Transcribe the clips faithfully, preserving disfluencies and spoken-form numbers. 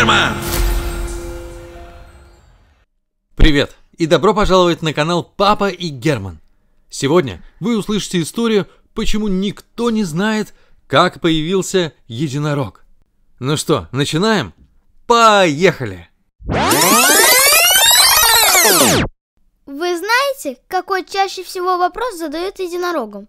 Герман! Привет и добро пожаловать на канал Папа и Герман. Сегодня вы услышите историю, почему никто не знает, как появился единорог. Ну что, начинаем? Поехали! Вы знаете, какой чаще всего вопрос задают единорогам?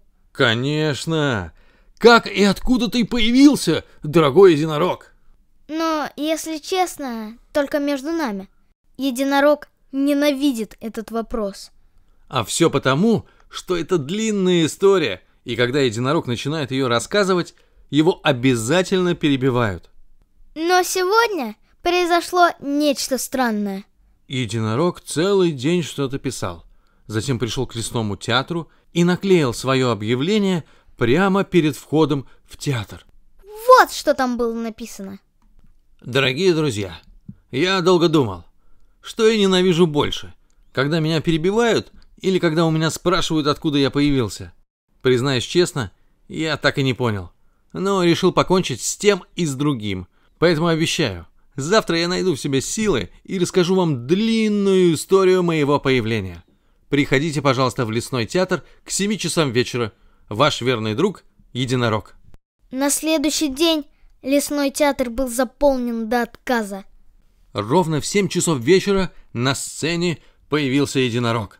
Конечно! Как и откуда ты появился, дорогой единорог? Но, если честно, только между нами. Единорог ненавидит этот вопрос. А все потому, что это длинная история, и когда единорог начинает ее рассказывать, его обязательно перебивают. Но сегодня произошло нечто странное. Единорог целый день что-то писал. Затем пришел к лесному театру и наклеил свое объявление прямо перед входом в театр. Вот что там было написано. Дорогие друзья, я долго думал, что я ненавижу больше, когда меня перебивают или когда у меня спрашивают, откуда я появился. Признаюсь честно, я так и не понял, но решил покончить с тем и с другим. Поэтому обещаю, завтра я найду в себе силы и расскажу вам длинную историю моего появления. Приходите, пожалуйста, в лесной театр к семи часам вечера. Ваш верный друг Единорог. На следующий день лесной театр был заполнен до отказа. Ровно в семь часов вечера на сцене появился Единорог.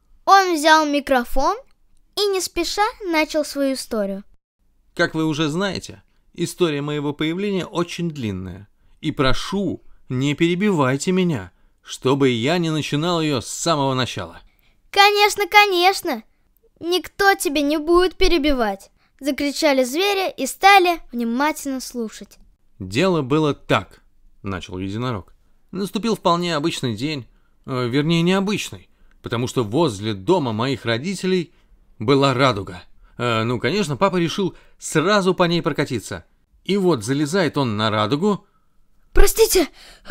Он взял микрофон и не спеша начал свою историю. Как вы уже знаете, история моего появления очень длинная. И прошу, не перебивайте меня, чтобы я не начинал ее с самого начала. Конечно, конечно! Никто тебя не будет перебивать! Закричали звери и стали внимательно слушать. Дело было так, начал Единорог. Наступил вполне обычный день, э, вернее необычный, потому что возле дома моих родителей была радуга. Э, ну, конечно, папа решил сразу по ней прокатиться. И вот залезает он на радугу. «Простите!»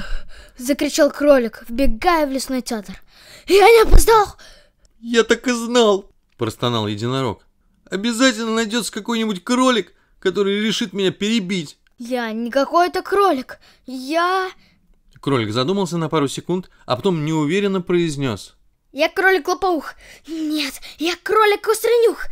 — закричал кролик, вбегая в лесной театр. «Я не опоздал!» «Я так и знал!» — простонал Единорог. «Обязательно найдется какой-нибудь кролик, который решит меня перебить!» «Я не какой-то кролик! Я...» Кролик задумался на пару секунд, а потом неуверенно произнес. «Я кролик-лопоух! Нет, я кролик-остренюх!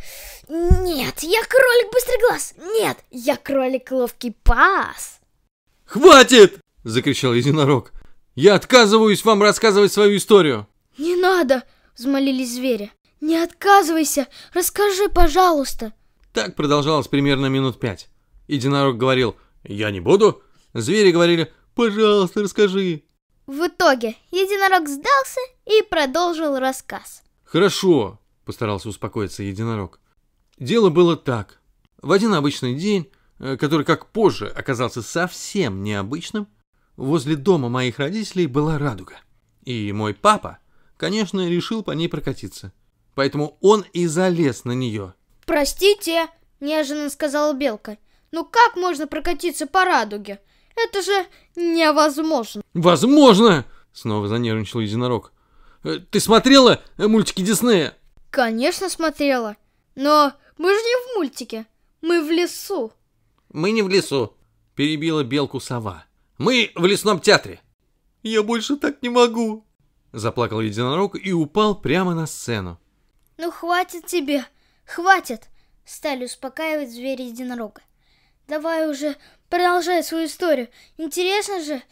Нет, я кролик-быстроглаз! Нет, я кролик-ловкий пас!» «Хватит!» — закричал Единорог. «Я отказываюсь вам рассказывать свою историю!» «Не надо!» — взмолились звери. «Не отказывайся! Расскажи, пожалуйста!» Так продолжалось примерно минут пять. Единорог говорил «Я не буду». Звери говорили «Пожалуйста, расскажи». В итоге единорог сдался и продолжил рассказ. «Хорошо», — постарался успокоиться Единорог. Дело было так. В один обычный день, который, как позже, оказался совсем необычным, возле дома моих родителей была радуга. И мой папа, конечно, решил по ней прокатиться. Поэтому он и залез на нее. «Простите», — неожиданно сказала белка, «ну как можно прокатиться по радуге? Это же невозможно». «Возможно!» — снова занервничал Единорог. «Ты смотрела мультики Диснея?» «Конечно смотрела. Но мы же не в мультике. Мы в лесу». «Мы не в лесу», — перебила белку сова. «Мы в лесном театре». «Я больше так не могу», — заплакал Единорог и упал прямо на сцену. «Ну хватит тебе, хватит», — стали успокаивать звери единорога. «Давай уже продолжай свою историю. Интересно же,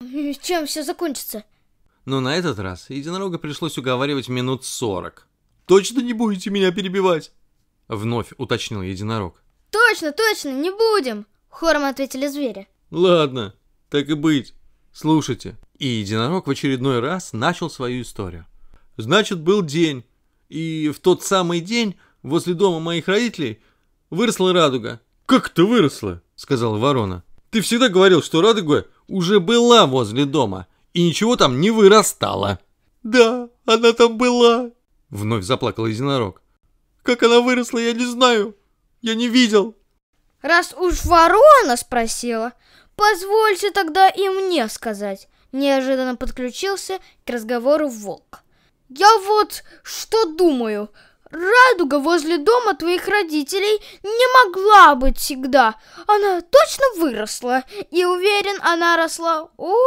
чем все закончится». Но на этот раз Единорога пришлось уговаривать минут сорок. «Точно не будете меня перебивать?» — вновь уточнил Единорог. «Точно, точно, не будем!» — хором ответили звери. «Ладно, так и быть. Слушайте». И Единорог в очередной раз начал свою историю. «Значит, был день, и в тот самый день возле дома моих родителей выросла радуга». «Как это выросла?» — сказала ворона. «Ты всегда говорил, что радуга уже была возле дома, и ничего там не вырастало». «Да, она там была», — вновь заплакал Единорог. «Как она выросла, я не знаю. Я не видел». «Раз уж ворона спросила, позвольте тогда и мне сказать», — неожиданно подключился к разговору волк. «Я вот что думаю. радуга возле дома твоих родителей не могла быть всегда. Она точно выросла. И уверен, она росла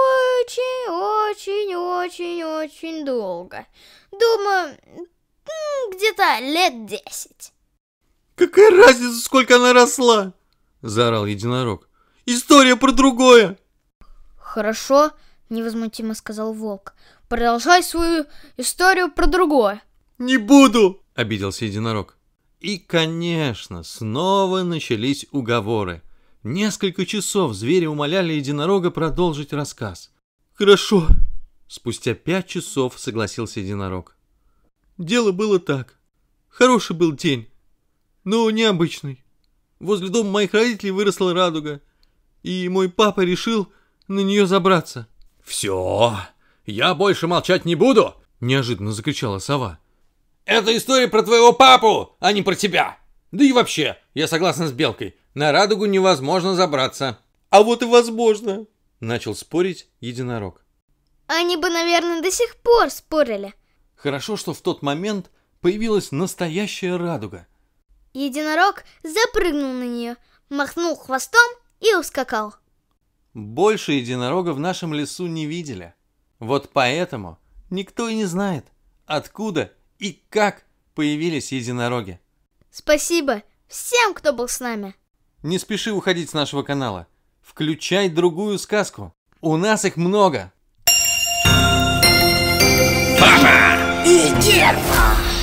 очень-очень-очень-очень долго. Думаю, где-то лет десять. Какая разница, сколько она росла? Заорал единорог. История про другое. Хорошо, невозмутимо сказал волк. Продолжай свою историю про другое. Не буду, обиделся единорог. И, конечно, снова начались уговоры. Несколько часов звери умоляли единорога продолжить рассказ. Хорошо. Спустя пять часов согласился единорог. Дело было так. Хороший был день, но необычный. Возле дома моих родителей выросла радуга, и мой папа решил на нее забраться. «Все, я больше молчать не буду!» – неожиданно закричала сова. «Это история про твоего папу, а не про тебя! Да и вообще, я согласна с Белкой, на радугу невозможно забраться!» «А вот и возможно!» – начал спорить единорог. Они бы, наверное, до сих пор спорили. Хорошо, что в тот момент появилась настоящая радуга. Единорог запрыгнул на нее, махнул хвостом и ускакал. Больше единорога в нашем лесу не видели. Вот поэтому никто и не знает, откуда и как появились единороги. Спасибо всем, кто был с нами. Не спеши уходить с нашего канала. Включай другую сказку. У нас их много. Папа и Герман.